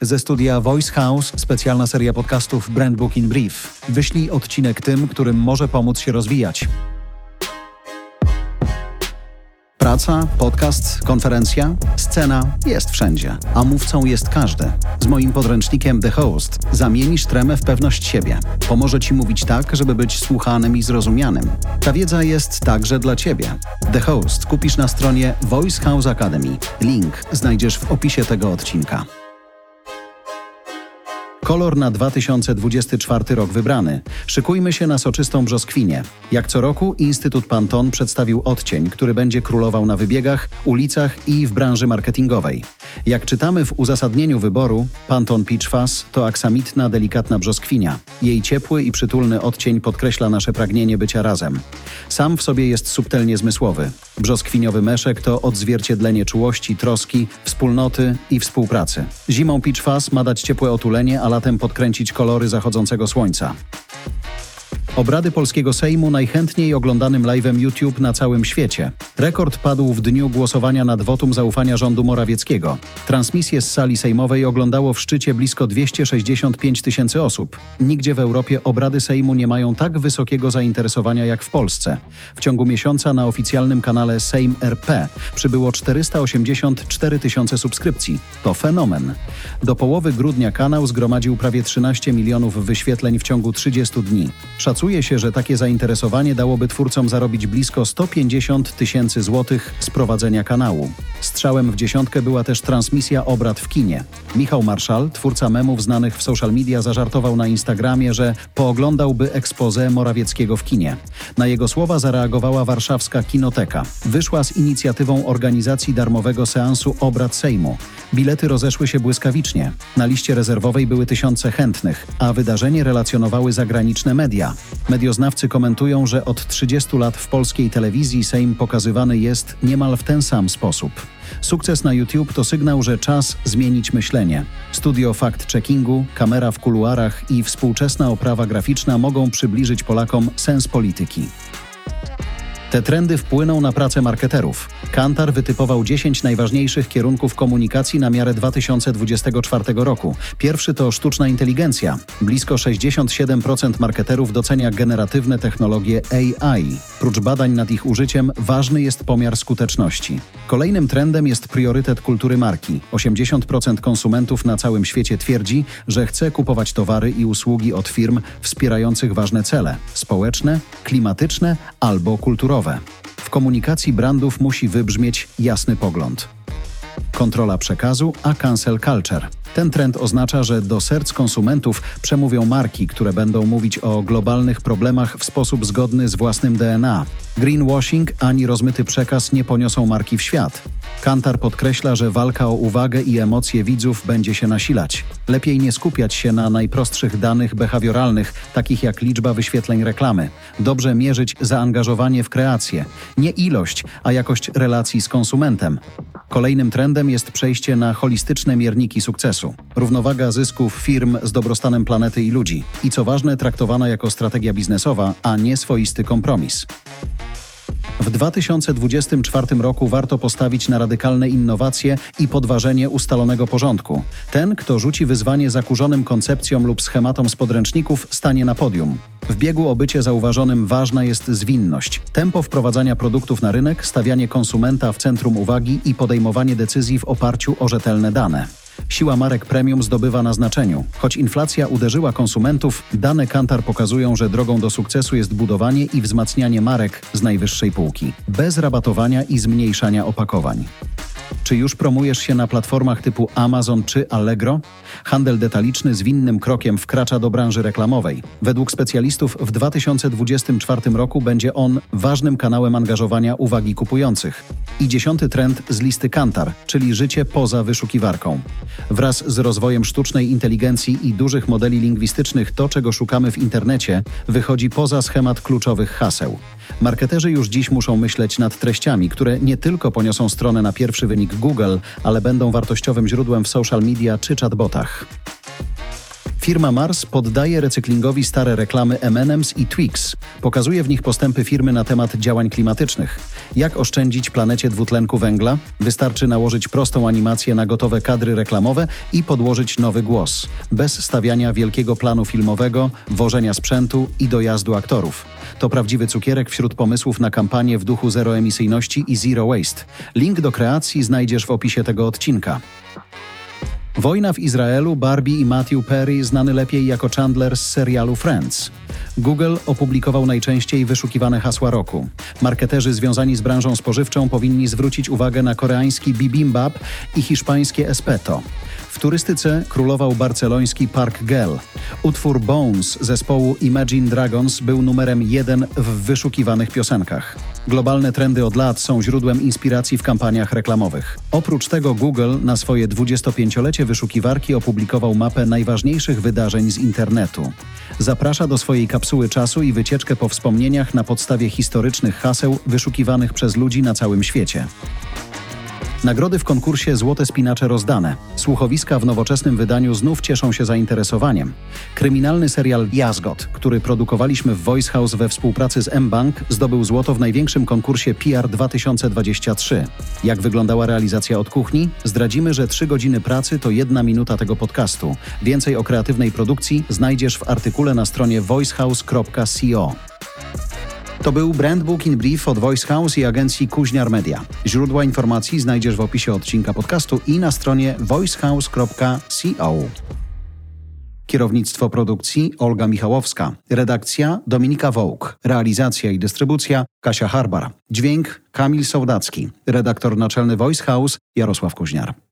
Ze studia Voice House specjalna seria podcastów Brand Book in Brief. Wyślij odcinek tym, którym może pomóc się rozwijać. Praca, podcast, konferencja, scena jest wszędzie, a mówcą jest każdy. Z moim podręcznikiem The Host zamienisz tremę w pewność siebie. Pomoże Ci mówić tak, żeby być słuchanym i zrozumianym. Ta wiedza jest także dla Ciebie. The Host kupisz na stronie Voice House Academy. Link znajdziesz w opisie tego odcinka. Kolor na 2024 rok wybrany. Szykujmy się na soczystą brzoskwinię. Jak co roku Instytut Pantone przedstawił odcień, który będzie królował na wybiegach, ulicach i w branży marketingowej. Jak czytamy w uzasadnieniu wyboru, Pantone Peach Fuzz to aksamitna, delikatna brzoskwinia. Jej ciepły i przytulny odcień podkreśla nasze pragnienie bycia razem. Sam w sobie jest subtelnie zmysłowy. Brzoskwiniowy meszek to odzwierciedlenie czułości, troski, wspólnoty i współpracy. Zimą Peach Fuzz ma dać ciepłe otulenie, a latem podkręcić kolory zachodzącego słońca. Obrady polskiego Sejmu najchętniej oglądanym live'em YouTube na całym świecie. Rekord padł w dniu głosowania nad wotum zaufania rządu Morawieckiego. Transmisję z sali sejmowej oglądało w szczycie blisko 265 000 osób. Nigdzie w Europie obrady Sejmu nie mają tak wysokiego zainteresowania jak w Polsce. W ciągu miesiąca na oficjalnym kanale Sejm RP przybyło 484 000 subskrypcji. To fenomen. Do połowy grudnia kanał zgromadził prawie 13 milionów wyświetleń w ciągu 30 dni. Szacuje się, że takie zainteresowanie dałoby twórcom zarobić blisko 150 000 złotych z prowadzenia kanału. Strzałem w dziesiątkę była też transmisja obrad w kinie. Michał Marszal, twórca memów znanych w social media, zażartował na Instagramie, że pooglądałby exposé Morawieckiego w kinie. Na jego słowa zareagowała warszawska Kinoteka. Wyszła z inicjatywą organizacji darmowego seansu obrad Sejmu. Bilety rozeszły się błyskawicznie. Na liście rezerwowej były tysiące chętnych, a wydarzenie relacjonowały zagraniczne media. Medioznawcy komentują, że od 30 lat w polskiej telewizji Sejm pokazywany jest niemal w ten sam sposób. Sukces na YouTube to sygnał, że czas zmienić myślenie. Studio fact-checkingu, kamera w kuluarach i współczesna oprawa graficzna mogą przybliżyć Polakom sens polityki. Te trendy wpłyną na pracę marketerów. Kantar wytypował 10 najważniejszych kierunków komunikacji na miarę 2024 roku. Pierwszy to sztuczna inteligencja. Blisko 67% marketerów docenia generatywne technologie AI. Prócz badań nad ich użyciem ważny jest pomiar skuteczności. Kolejnym trendem jest priorytet kultury marki. 80% konsumentów na całym świecie twierdzi, że chce kupować towary i usługi od firm wspierających ważne cele – społeczne, klimatyczne albo kulturowe. W komunikacji brandów musi wybrzmieć jasny pogląd. Kontrola przekazu, a cancel culture. Ten trend oznacza, że do serc konsumentów przemówią marki, które będą mówić o globalnych problemach w sposób zgodny z własnym DNA. Greenwashing ani rozmyty przekaz nie poniosą marki w świat. Kantar podkreśla, że walka o uwagę i emocje widzów będzie się nasilać. Lepiej nie skupiać się na najprostszych danych behawioralnych, takich jak liczba wyświetleń reklamy. Dobrze mierzyć zaangażowanie w kreację. Nie ilość, a jakość relacji z konsumentem. Kolejnym trendem jest przejście na holistyczne mierniki sukcesu. Równowaga zysków firm z dobrostanem planety i ludzi. I co ważne, traktowana jako strategia biznesowa, a nie swoisty kompromis. W 2024 roku warto postawić na radykalne innowacje i podważenie ustalonego porządku. Ten, kto rzuci wyzwanie zakurzonym koncepcjom lub schematom z podręczników, stanie na podium. W biegu o bycie zauważonym ważna jest zwinność, tempo wprowadzania produktów na rynek, stawianie konsumenta w centrum uwagi i podejmowanie decyzji w oparciu o rzetelne dane. Siła marek premium zdobywa na znaczeniu. Choć inflacja uderzyła konsumentów, dane Kantar pokazują, że drogą do sukcesu jest budowanie i wzmacnianie marek z najwyższej półki, bez rabatowania i zmniejszania opakowań. Czy już promujesz się na platformach typu Amazon czy Allegro? Handel detaliczny zwinnym krokiem wkracza do branży reklamowej. Według specjalistów w 2024 roku będzie on ważnym kanałem angażowania uwagi kupujących. I 10. trend z listy Kantar, czyli życie poza wyszukiwarką. Wraz z rozwojem sztucznej inteligencji i dużych modeli lingwistycznych to, czego szukamy w internecie, wychodzi poza schemat kluczowych haseł. Marketerzy już dziś muszą myśleć nad treściami, które nie tylko poniosą stronę na pierwszy wynik Google, ale będą wartościowym źródłem w social media czy chatbotach. Firma Mars poddaje recyklingowi stare reklamy M&M's i Twix. Pokazuje w nich postępy firmy na temat działań klimatycznych. Jak oszczędzić planecie dwutlenku węgla? Wystarczy nałożyć prostą animację na gotowe kadry reklamowe i podłożyć nowy głos. Bez stawiania wielkiego planu filmowego, wożenia sprzętu i dojazdu aktorów. To prawdziwy cukierek wśród pomysłów na kampanię w duchu zeroemisyjności i zero waste. Link do kreacji znajdziesz w opisie tego odcinka. Wojna w Izraelu, Barbie i Matthew Perry, znany lepiej jako Chandler z serialu Friends. Google opublikował najczęściej wyszukiwane hasła roku. Marketerzy związani z branżą spożywczą powinni zwrócić uwagę na koreański bibimbap i hiszpańskie espeto. W turystyce królował barceloński Park Güell. Utwór Bones zespołu Imagine Dragons był numerem 1 w wyszukiwanych piosenkach. Globalne trendy od lat są źródłem inspiracji w kampaniach reklamowych. Oprócz tego Google na swoje 25-lecie wyszukiwarki opublikował mapę najważniejszych wydarzeń z internetu. Zaprasza do swojej kapsuły czasu i wycieczkę po wspomnieniach na podstawie historycznych haseł wyszukiwanych przez ludzi na całym świecie. Nagrody w konkursie Złote Spinacze rozdane. Słuchowiska w nowoczesnym wydaniu znów cieszą się zainteresowaniem. Kryminalny serial Jazgot, który produkowaliśmy w Voice House we współpracy z mBank, zdobył złoto w największym konkursie PR 2023. Jak wyglądała realizacja od kuchni? Zdradzimy, że 3 godziny pracy to 1 minuta tego podcastu. Więcej o kreatywnej produkcji znajdziesz w artykule na stronie voicehouse.co. To był Brand Book in Brief od Voice House i agencji Kuźniar Media. Źródła informacji znajdziesz w opisie odcinka podcastu i na stronie voicehouse.co. Kierownictwo produkcji Olga Michałowska. Redakcja Dominika Wołk. Realizacja i dystrybucja Kasia Harbar. Dźwięk Kamil Sołdacki. Redaktor naczelny Voice House Jarosław Kuźniar.